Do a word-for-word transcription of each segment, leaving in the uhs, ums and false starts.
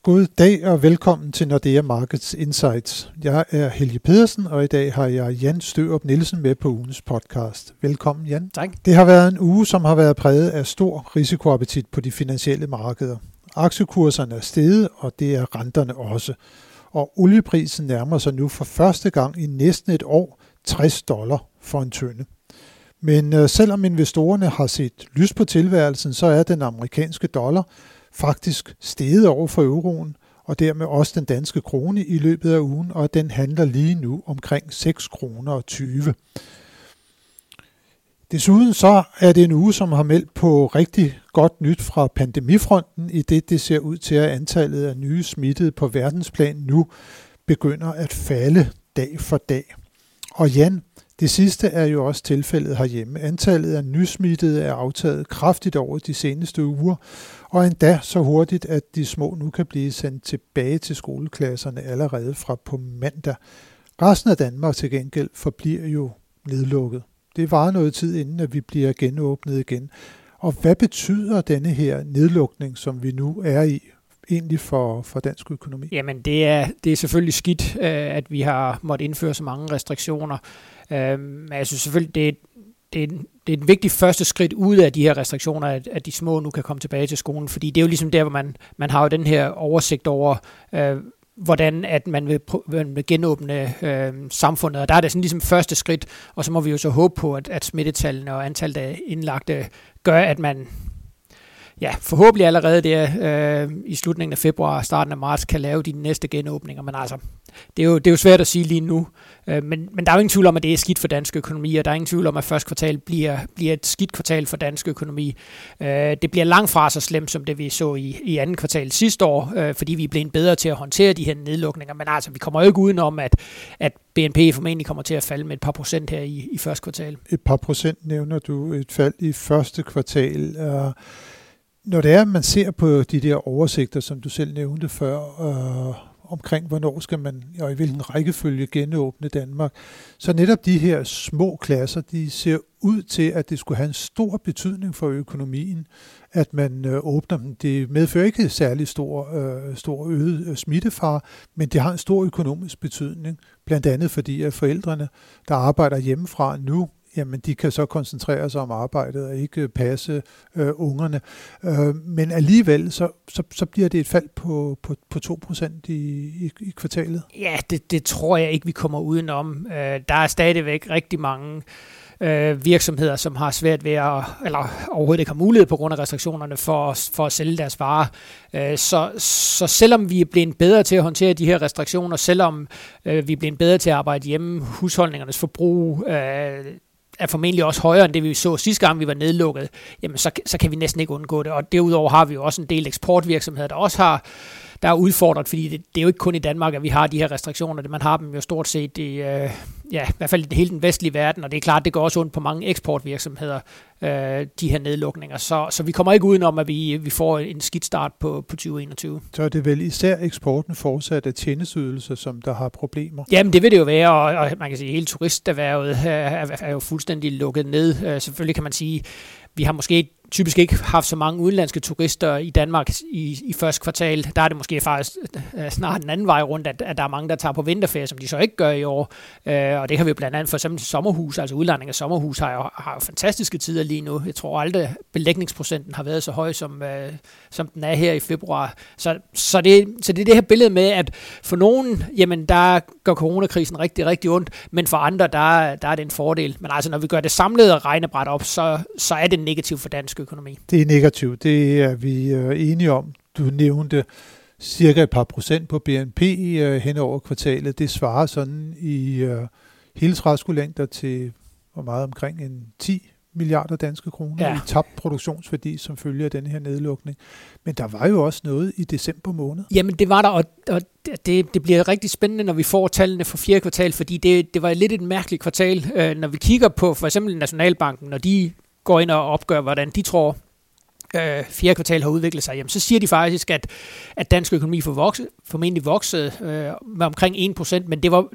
God dag og velkommen til Nordea Markets Insights. Jeg er Helge Pedersen, og i dag har jeg Jan Størup Nielsen med på ugens podcast. Velkommen, Jan. Tak. Det har været en uge, som har været præget af stor risikoappetit på de finansielle markeder. Aktiekurserne er steget, og det er renterne også. Og olieprisen nærmer sig nu for første gang i næsten et år tres dollar for en tønde. Men øh, selvom investorerne har set lys på tilværelsen, så er den amerikanske dollar faktisk steget over for euroen, og dermed også den danske krone i løbet af ugen, og den handler lige nu omkring seks kroner og tyve. Desuden så er det en uge, som har meldt på rigtig godt nyt fra pandemifronten, i det det ser ud til, at antallet af nye smittede på verdensplan nu begynder at falde dag for dag. Og Jan, det sidste er jo også tilfældet herhjemme. Antallet af nysmittede er aftaget kraftigt over de seneste uger, og endda så hurtigt, at de små nu kan blive sendt tilbage til skoleklasserne allerede fra på mandag. Resten af Danmark til gengæld forbliver jo nedlukket. Det varer noget tid inden, at vi bliver genåbnet igen. Og hvad betyder denne her nedlukning, som vi nu er i, egentlig for, for dansk økonomi? Jamen det er, det er selvfølgelig skidt, at vi har måttet indføre så mange restriktioner. Men jeg synes selvfølgelig, det er, det, er en, det er et vigtigt første skridt ud af de her restriktioner, at, at de små nu kan komme tilbage til skolen. Fordi det er jo ligesom der, hvor man, man har jo den her oversigt over, øh, hvordan at man vil, man vil genåbne øh, samfundet. Og der er det sådan ligesom første skridt, og så må vi jo så håbe på, at, at smittetallene og antallet af indlagte gør, at man ja, forhåbentlig allerede der øh, i slutningen af februar og starten af marts kan lave de næste genåbninger. Men altså, det er jo, det er jo svært at sige lige nu. Øh, men, men der er jo ingen tvivl om, at det er skidt for dansk økonomi, og der er ingen tvivl om, at første kvartal bliver, bliver et skidt kvartal for dansk økonomi. Øh, det bliver langt fra så slemt, som det vi så i, i anden kvartal sidste år, øh, fordi vi er blevet bedre til at håndtere de her nedlukninger. Men altså, vi kommer jo ikke udenom, at, at B N P formentlig kommer til at falde med et par procent her i, i første kvartal. Et par procent nævner du, et fald i første kvartal. Uh... Når det er, at man ser på de der oversigter, som du selv nævnte før, øh, omkring hvornår skal man, og i hvilken rækkefølge genåbne Danmark, så netop de her små klasser, de ser ud til, at det skulle have en stor betydning for økonomien, at man øh, åbner dem. Det medfører ikke særlig stor, øh, stor øget øh, smittefare, men det har en stor økonomisk betydning, blandt andet fordi at forældrene, der arbejder hjemmefra nu, jamen de kan så koncentrere sig om arbejdet og ikke passe øh, ungerne. Øh, men alligevel, så, så, så bliver det et fald på, på, på to procent i, i, i kvartalet. Ja, det, det tror jeg ikke, vi kommer udenom. Øh, der er stadigvæk rigtig mange øh, virksomheder, som har svært ved at, eller overhovedet ikke har mulighed på grund af restriktionerne for, for at sælge deres varer. Øh, så, så selvom vi er blevet bedre til at håndtere de her restriktioner, selvom øh, vi er blevet bedre til at arbejde hjemme, husholdningernes forbrug øh, er formentlig også højere end det, vi så sidste gang, vi var nedlukket, jamen så, så kan vi næsten ikke undgå det. Og derudover har vi jo også en del eksportvirksomheder, der også har der er udfordret, fordi det, det er jo ikke kun i Danmark, at vi har de her restriktioner. Man har dem jo stort set i, øh, ja, i hvert fald i hele den vestlige verden, og det er klart, det går også ondt på mange eksportvirksomheder, øh, de her nedlukninger. Så, så vi kommer ikke udenom, at vi, vi får en skidt start på, på tyve enogtyve. Så er det vel især eksporten fortsat af tjenesteydelser, som der har problemer? Jamen det vil det jo være, og, og man kan sige, at hele turisterhvervet er, er jo fuldstændig lukket ned. Uh, selvfølgelig kan man sige, vi har måske typisk ikke haft så mange udenlandske turister i Danmark i, i første kvartal. Der er det måske faktisk uh, snart den anden vej rundt, at, at der er mange, der tager på vinterferie, som de så ikke gør i år. Uh, og det kan vi jo blandt andet for eksempel sommerhus, altså udlejning af sommerhus, har jo, har jo fantastiske tider lige nu. Jeg tror aldrig, belægningsprocenten har været så høj, som, uh, som den er her i februar. Så, så, det, så det er det her billede med, at for nogen, jamen der gør coronakrisen rigtig, rigtig ondt, men for andre, der, der er det en fordel. Men altså, når vi gør det samlede regnebræt op, så, så er det negativt for dansk økonomi. Det er negativt, det er vi øh, enige om. Du nævnte cirka et par procent på B N P øh, hen over kvartalet. Det svarer sådan i øh, hele træskolængder til hvor meget omkring en ti milliarder danske kroner ja. i tabt produktionsværdi som følge af denne her nedlukning. Men der var jo også noget i december måned. Jamen det var der, og, og det, det bliver rigtig spændende, når vi får tallene for fjerde kvartal, fordi det, det var lidt et mærkeligt kvartal. Øh, når vi kigger på for eksempel Nationalbanken, når de går ind og opgør, hvordan de tror, øh, fjerde kvartal har udviklet sig, jamen, så siger de faktisk, at, at dansk økonomi får vokse, formentlig voksede øh, med omkring en procent, men det var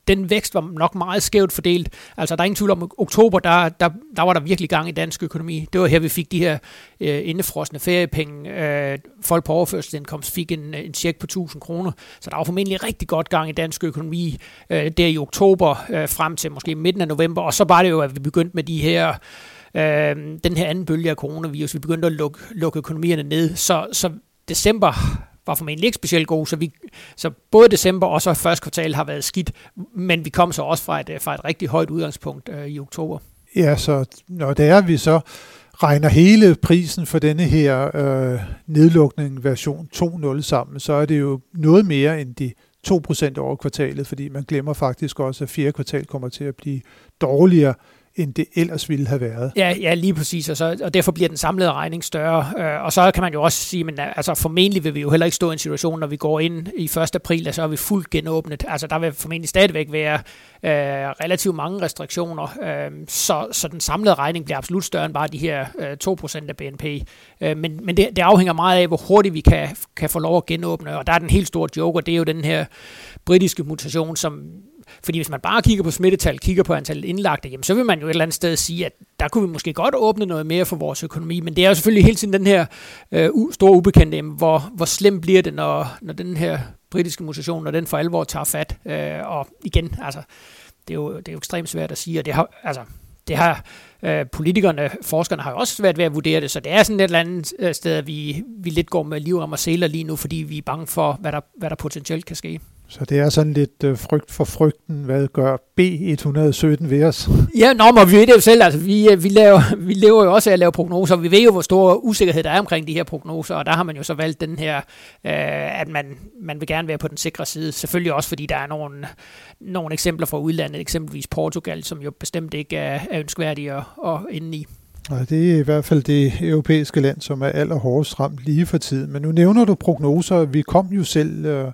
den vækst var nok meget skævt fordelt. Altså, der er ingen tvivl om, at oktober, der, der, der var der virkelig gang i dansk økonomi. Det var her, vi fik de her øh, indefrosne feriepenge. Øh, folk på overførselsindkomst fik en, en check på tusind kroner. Så der var formentlig rigtig godt gang i dansk økonomi øh, der i oktober, øh, frem til måske midten af november. Og så var det jo, at vi begyndte med de her, øh, den her anden bølge af coronavirus. Vi begyndte at lukke, lukke økonomierne ned. Så, så december var formentlig ikke specielt god, så, vi, så både december og så første kvartal har været skidt, men vi kom så også fra et, fra et rigtig højt udgangspunkt øh, i oktober. Ja, så når det er, vi så regner hele prisen for denne her øh, nedlukning version to punkt nul sammen, så er det jo noget mere end de to procent over kvartalet, fordi man glemmer faktisk også, at fjerde kvartal kommer til at blive dårligere, end det ellers ville have været. Ja, ja, lige præcis, og, så, og derfor bliver den samlede regning større. Øh, og så kan man jo også sige, men altså formentlig vil vi jo heller ikke stå i en situation, når vi går ind i første april, og så er vi fuldt genåbnet. Altså der vil formentlig stadigvæk være øh, relativt mange restriktioner, øh, så, så den samlede regning bliver absolut større end bare de her øh, to procent af B N P. Øh, men men det, det afhænger meget af, hvor hurtigt vi kan, kan få lov at genåbne, og der er den helt store joker, det er jo den her britiske mutation, som fordi hvis man bare kigger på smittetal, kigger på antallet indlagte, jamen, så vil man jo et eller andet sted sige, at der kunne vi måske godt åbne noget mere for vores økonomi, men det er jo selvfølgelig hele tiden den her øh, store ubekendte, jamen, hvor, hvor slemt bliver det, når, når den her britiske mutation, når den for alvor tager fat. Øh, og igen, altså, det er, jo, det er jo ekstremt svært at sige, og det har, altså, det har øh, politikerne, forskerne har jo også svært ved at vurdere det, så det er sådan et eller andet øh, sted, at vi, vi lidt går med livrem og seler lige nu, fordi vi er bange for, hvad der, hvad der potentielt kan ske. Så det er sådan lidt øh, frygt for frygten. Hvad gør B et hundrede sytten ved os? Ja, nå, men vi ved det jo selv. Altså, vi, vi, laver, vi lever jo også af at lave prognoser. Vi ved jo, hvor stor usikkerhed der er omkring de her prognoser, og der har man jo så valgt den her, øh, at man, man vil gerne være på den sikre side. Selvfølgelig også, fordi der er nogle, nogle eksempler fra udlandet, eksempelvis Portugal, som jo bestemt ikke er, er ønskværdige at, at ende i. Og det er i hvert fald det europæiske land, som er allerhårdest ramt lige for tiden. Men nu nævner du prognoser. Vi kom jo selv øh,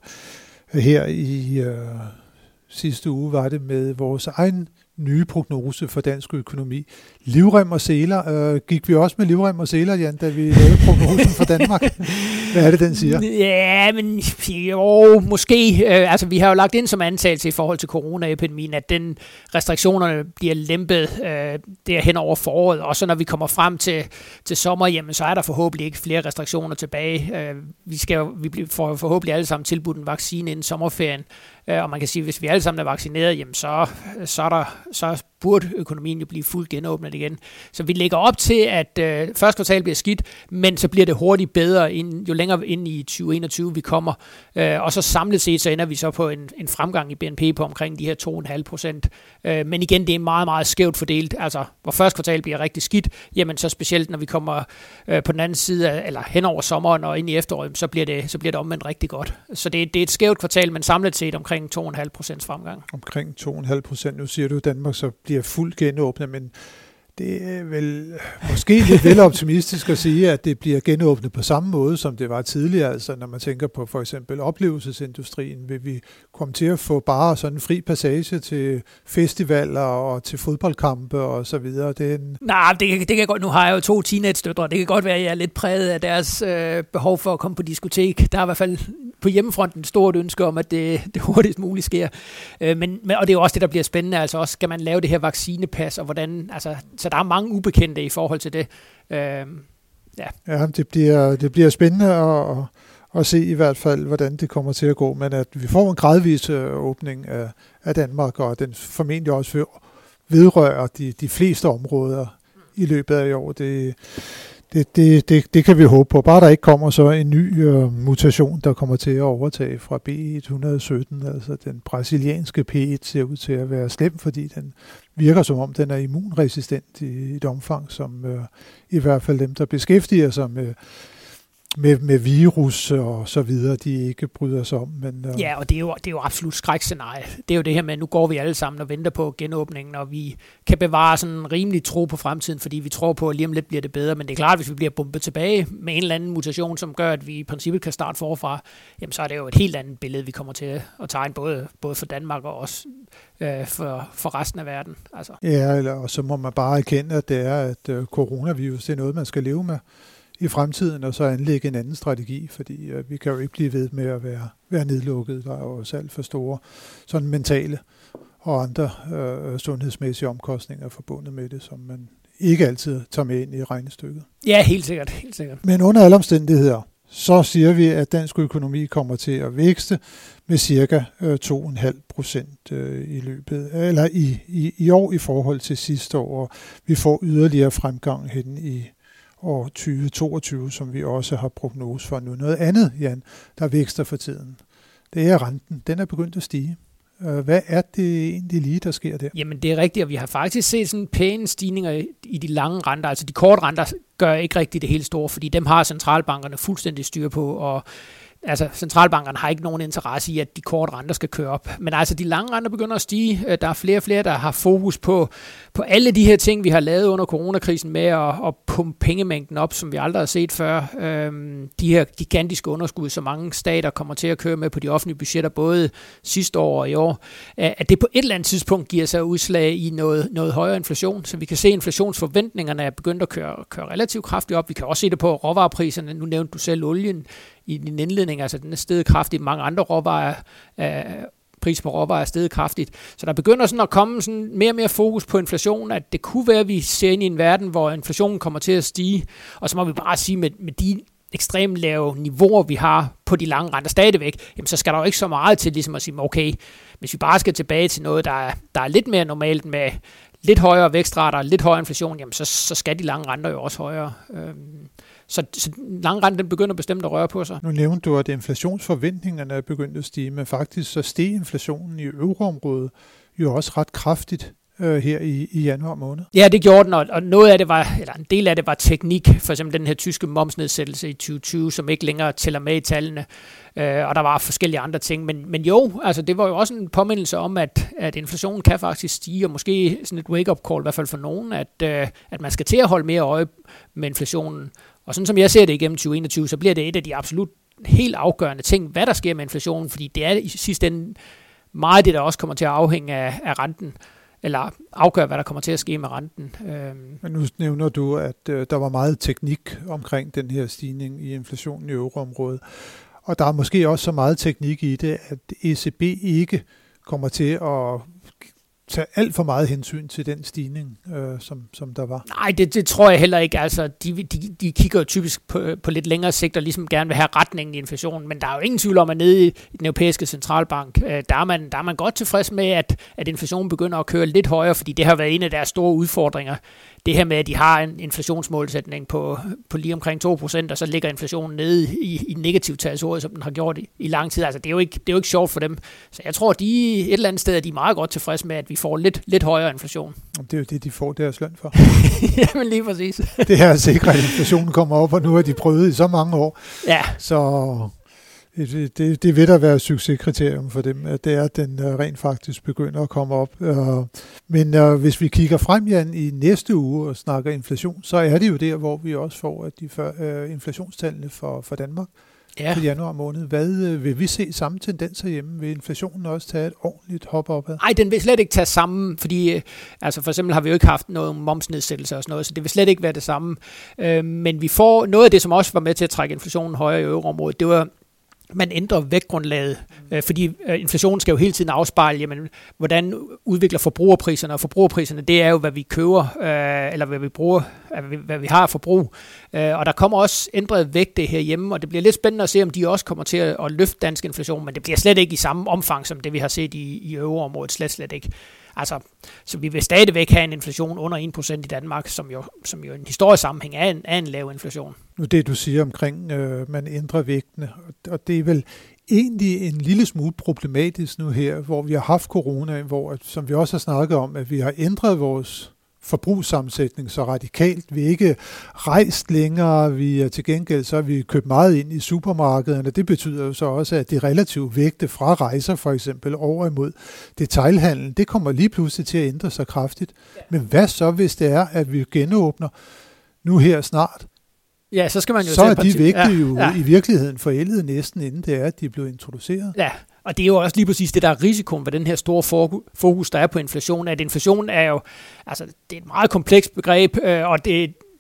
her i øh, sidste uge, var det med vores egen nye prognose for dansk økonomi. Livrem og seler. Øh, gik vi også med livrem og seler, Jan, da vi lavede prognosen for Danmark? Hvad er det, den siger? Ja, men jo, måske. Øh, altså, vi har jo lagt ind som antagelse i forhold til coronaepidemien, at den restriktionerne bliver lempet øh, derhen over foråret. Og så når vi kommer frem til, til sommer, jamen, så er der forhåbentlig ikke flere restriktioner tilbage. Øh, vi skal jo, vi får forhåbentlig alle sammen tilbudt en vaccine inden sommerferien. Øh, og man kan sige, at hvis vi alle sammen er vaccineret, jamen, så, så, er der, så burde økonomien jo blive fuldt genåbnet igen. Så vi lægger op til, at øh, første kvartal bliver skidt, men så bliver det hurtigt bedre, ind, jo længere ind i tyve enogtyve vi kommer. Øh, og så samlet set, så ender vi så på en, en fremgang i B N P på omkring de her to komma fem procent. Øh, men igen, det er meget, meget skævt fordelt. Altså, hvor første kvartal bliver rigtig skidt, jamen så specielt, når vi kommer øh, på den anden side, af, eller hen over sommeren og ind i efteråret, så bliver det, så bliver det omvendt rigtig godt. Så det, det er et skævt kvartal, men samlet set omkring to komma fem procent fremgang. Omkring to komma fem procent. Nu siger du, at Danmark så bliver fuldt genåbnet, men det er vel måske lidt vel optimistisk at sige, at det bliver genåbnet på samme måde, som det var tidligere. Altså når man tænker på for eksempel oplevelsesindustrien, vil vi komme til at få bare sådan en fri passage til festivaler og til fodboldkampe og så videre. Det er en... Nej, det, det kan godt. Nu har jeg jo to teenage-døtre. Det kan godt være, at jeg er lidt præget af deres øh, behov for at komme på diskotek. Der er i hvert fald på hjemmefronten et stort ønske om, at det, det hurtigst muligt sker. Øh, men, og det er jo også det, der bliver spændende. Altså også skal man lave det her vaccinepas, og hvordan... Altså, så der er mange ubekendte i forhold til det. Øh, ja, ja det, bliver, det bliver spændende at, at se i hvert fald, hvordan det kommer til at gå. Men at vi får en gradvis åbning af, af Danmark, og den formentlig også vedrører de, de fleste områder i løbet af i år. Det, det, det, det, det kan vi håbe på. Bare der ikke kommer så en ny uh, mutation, der kommer til at overtage fra B et hundrede sytten. Altså den brasilianske P et ser ud til at være slem, fordi den virker som om, den er immunresistent i et omfang, som uh, i hvert fald dem, der beskæftiger sig med, med, med virus og så videre, de ikke bryder sig om. Men, uh... Ja, og det er, jo, det er jo absolut skrækscenarie. Det er jo det her med, at nu går vi alle sammen og venter på genåbningen, og vi kan bevare sådan en rimelig tro på fremtiden, fordi vi tror på, at lige om lidt bliver det bedre. Men det er klart, at hvis vi bliver bumpet tilbage med en eller anden mutation, som gør, at vi i princippet kan starte forfra, jamen så er det jo et helt andet billede, vi kommer til at tegne, både, både for Danmark og også øh, for, for resten af verden. Altså. Ja, eller, og så må man bare erkende, at det er, at øh, coronavirus, det er noget, man skal leve med i fremtiden, og så anlægge en anden strategi, fordi øh, vi kan jo ikke blive ved med at være, være nedlukket. Der er jo også alt for store sådan mentale og andre øh, sundhedsmæssige omkostninger forbundet med det, som man ikke altid tager med ind i regnestykket. Ja, helt sikkert, helt sikkert. Men under alle omstændigheder, så siger vi, at dansk økonomi kommer til at vækste med cirka to komma fem procent i løbet eller i, i, i år i forhold til sidste år. Og vi får yderligere fremgang hen i år tyve toogtyve, som vi også har prognose for nu. Noget andet, Jan, der vækster for tiden, det er renten. Den er begyndt at stige. Hvad er det egentlig lige, der sker der? Jamen det er rigtigt, og vi har faktisk set sådan pæne stigninger i de lange renter. Altså de korte renter gør ikke rigtig det helt store, fordi dem har centralbankerne fuldstændig styr på, og altså centralbankerne har ikke nogen interesse i, at de korte renter skal køre op. Men altså de lange renter begynder at stige. Der er flere og flere, der har fokus på, på alle de her ting, vi har lavet under coronakrisen med at, at pumpe pengemængden op, som vi aldrig har set før. Øhm, de her gigantiske underskud, som mange stater kommer til at køre med på de offentlige budgetter, både sidste år og i år, at det på et eller andet tidspunkt giver sig udslag i noget, noget højere inflation. Så vi kan se, at inflationsforventningerne er begyndt at køre, køre relativt kraftigt op. Vi kan også se det på råvarepriserne. Nu nævnte du selv olien i din indledning, altså den er steget kraftigt. Mange andre råvarer, øh, pris på råvarer er steget kraftigt. Så der begynder sådan at komme sådan mere og mere fokus på inflation, at det kunne være, at vi ser ind i en verden, hvor inflationen kommer til at stige. Og så må vi bare sige, med, med de ekstremt lave niveauer, vi har på de lange renter stadigvæk, jamen så skal der jo ikke så meget til ligesom at sige, okay, hvis vi bare skal tilbage til noget, der er, der er lidt mere normalt med lidt højere vækstrater, lidt højere inflation, jamen så, så skal de lange renter jo også højere. Øhm, Så, så lange rente, den begynder bestemt at røre på sig. Nu nævnte du, at inflationsforventningerne er begyndt at stige, men faktisk så steg inflationen i euroområdet jo også ret kraftigt øh, her i, i januar måned. Ja, det gjorde den, og, og noget af det var, eller en del af det var teknik, for eksempel den her tyske momsnedsættelse i tyve tyve, som ikke længere tæller med i tallene, øh, og der var forskellige andre ting, men, men jo, altså det var jo også en påmindelse om, at, at inflationen kan faktisk stige, og måske sådan et wake-up call, i hvert fald for nogen, at, øh, at man skal til at holde mere øje med inflationen. Og sådan som jeg ser det igennem tyve enogtyve, så bliver det et af de absolut helt afgørende ting, hvad der sker med inflationen, fordi det er i sidste ende meget det, der også kommer til at afhænge af, af renten, eller afgøre, hvad der kommer til at ske med renten. Men nu nævner du, at øh, der var meget teknik omkring den her stigning i inflationen i euroområdet, og der er måske også så meget teknik i det, at E C B ikke kommer til at tage alt for meget hensyn til den stigning, øh, som, som der var. Nej, det, det tror jeg heller ikke. Altså, de, de, de kigger jo typisk på, på lidt længere sigt og ligesom gerne vil have retningen i inflationen, men der er jo ingen tvivl om, at nede i den europæiske centralbank, øh, der, er man, der er man godt tilfreds med, at, at inflationen begynder at køre lidt højere, fordi det har været en af deres store udfordringer. Det her med, at de har en inflationsmålsætning på, på lige omkring to procent, og så ligger inflationen nede i, i negativ talsord, som den har gjort i, i lang tid. Altså, det er, jo ikke, det er jo ikke sjovt for dem. Så jeg tror, de et eller andet sted, de er meget godt tilfreds med, at vi får lidt, lidt højere inflation. Det er jo det, de får deres løn for. Jamen lige præcis. Det her sikrer, at inflationen kommer op, og nu har de prøvet i så mange år. Ja. Så det, det, det vil da være et succeskriterium for dem, at det er, at den rent faktisk begynder at komme op. Men uh, hvis vi kigger frem, Jan, i næste uge og snakker inflation, så er det jo der, hvor vi også får at de for, uh, inflationstallene for, for Danmark ja. I januar måned. Hvad uh, vil vi se samme tendenser hjemme? Vil inflationen også tage et ordentligt hop opad? Nej, den vil slet ikke tage sammen, fordi uh, altså for eksempel har vi jo ikke haft noget momsnedsættelse og sådan noget, så det vil slet ikke være det samme. Uh, men vi får noget af det, som også var med til at trække inflationen højere i euroområdet, det var man ændrer vægtgrundlaget, øh, fordi øh, inflationen skal jo hele tiden afspejle, jamen, hvordan udvikler forbrugerpriserne, og forbrugerpriserne, det er jo, hvad vi køber, øh, eller hvad vi bruger, hvad, hvad vi har af forbrug. Øh, og der kommer også ændret vægte herhjemme, og det bliver lidt spændende at se, om de også kommer til at, at løfte dansk inflation, men det bliver slet ikke i samme omfang, som det vi har set i, i euroområdet, slet slet ikke. Altså, så vi vil stadigvæk have en inflation under en procent i Danmark, som jo, som jo i en historisk sammenhæng er en, er en lav inflation. Nu det, du siger omkring, øh, man ændrer vægtene, og det er vel egentlig en lille smule problematisk nu her, hvor vi har haft corona, hvor, som vi også har snakket om, at vi har ændret vores forbrugssammensætning så radikalt. Vi er ikke rejst længere, vi er til gengæld, så har vi købt meget ind i supermarkederne. Det betyder jo så også, at de relative vægte fra rejser for eksempel over imod detailhandlen, det kommer lige pludselig til at ændre sig kraftigt. Men hvad så, hvis det er, at vi genåbner nu her snart? Ja, så skal man jo så er de vægte ja, jo ja. i virkeligheden forældet næsten, inden det er, at de er blevet introduceret. Ja, og det er jo også lige præcis det, der er risikoen ved den her store fokus, der er på inflation. At inflation er jo, altså det er et meget komplekst begreb, øh, og det,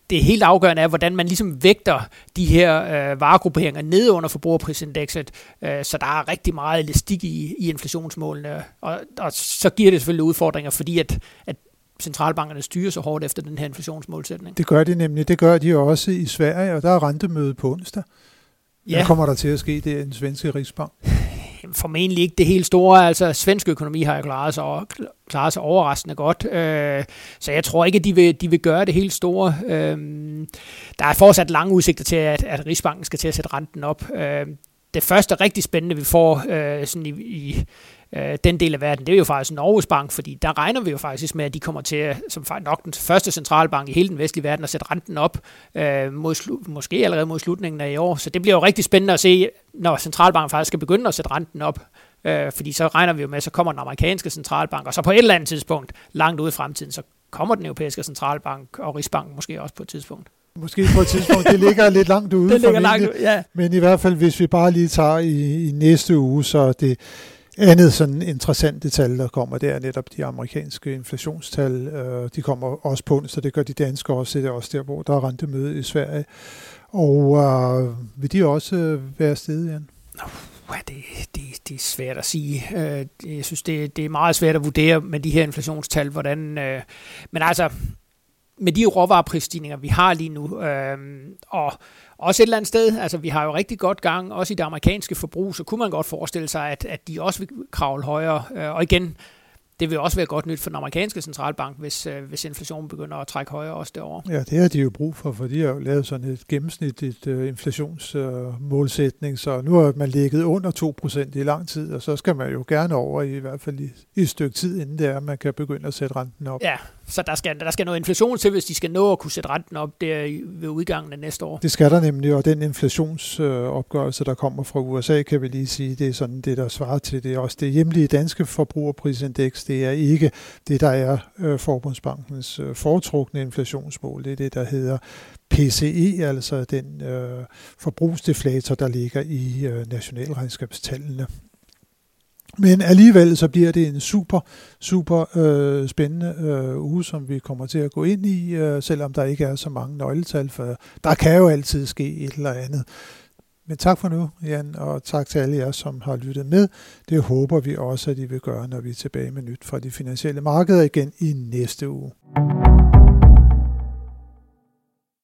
det helt afgørende er, hvordan man ligesom vægter de her øh, varegrupperinger ned under forbrugerprisindekset, øh, så der er rigtig meget elastik i, i inflationsmålene, og, og så giver det selvfølgelig udfordringer, fordi at, at centralbankerne styrer så hårdt efter den her inflationsmålsætning. Det gør de nemlig. Det gør de også i Sverige, og der er rentemøde på onsdag. Ja. Hvad kommer der til at ske der i den svenske Riksbank? Formentlig ikke det helt store. Altså, svensk økonomi har jo klaret sig, klaret sig overraskende godt. Øh, så jeg tror ikke, at de vil, de vil gøre det helt store. Øh, der er fortsat lange udsigter til, at, at Rigsbanken skal til at sætte renten op. Øh, det første rigtig spændende, vi får øh, sådan i, i øh, den del af verden, det er jo faktisk Norges Bank, fordi der regner vi jo faktisk med, at de kommer til, som nok den første centralbank i hele den vestlige verden, at sætte renten op, øh, mod slu- måske allerede mod slutningen af i år. Så det bliver jo rigtig spændende at se, når centralbanken faktisk skal begynde at sætte renten op, øh, fordi så regner vi jo med, at så kommer den amerikanske centralbank, og så på et eller andet tidspunkt, langt ude i fremtiden, så kommer den europæiske centralbank og Rigsbanken måske også på et tidspunkt. Måske på et tidspunkt. Det ligger lidt langt ude. Det ligger langt ude, ja. Men i hvert fald, hvis vi bare lige tager i, i næste uge, så det andet sådan interessante tal, der kommer, det er netop de amerikanske inflationstal. Øh, de kommer også på, så det gør de danske også. Det er også der, hvor der er rentemøde i Sverige. Og øh, vil de også være steget igen? Uh, det, det, det er svært at sige. Øh, jeg synes, det, det er meget svært at vurdere med de her inflationstal, hvordan... Øh, men altså... med de råvareprisstigninger, vi har lige nu, øh, og også et eller andet sted, altså vi har jo rigtig godt gang, også i det amerikanske forbrug, så kunne man godt forestille sig, at, at de også vil kravle højere, øh, og igen, det vil også være godt nyt for den amerikanske centralbank, hvis, øh, hvis inflationen begynder at trække højere også derovre. Ja, det har de jo brug for, for de har jo lavet sådan et gennemsnitligt øh, inflationsmålsætning, øh, så nu har man ligget under to procent i lang tid, og så skal man jo gerne over i, i hvert fald i, i et stykke tid, inden det er, at man kan begynde at sætte renten op. Ja, så der skal, der skal noget inflation til, hvis de skal nå at kunne sætte renten op der ved udgangen af næste år. Det skal der nemlig, og den inflationsopgørelse, øh, der kommer fra U S A, kan vi lige sige, det er sådan det, der svarer til det. Også det hjemlige danske forbrugerprisindeks, det er ikke det, der er øh, Forbundsbankens øh, foretrukne inflationsmål. Det er det, der hedder P C E, altså den øh, forbrugsdeflator, der ligger i øh, nationalregnskabstallene. Men alligevel så bliver det en super, super øh, spændende øh, uge, som vi kommer til at gå ind i, øh, selvom der ikke er så mange nøgletal, for der kan jo altid ske et eller andet. Men tak for nu, Jan, og tak til alle jer, som har lyttet med. Det håber vi også, at I vil gøre, når vi er tilbage med nyt fra de finansielle markeder igen i næste uge.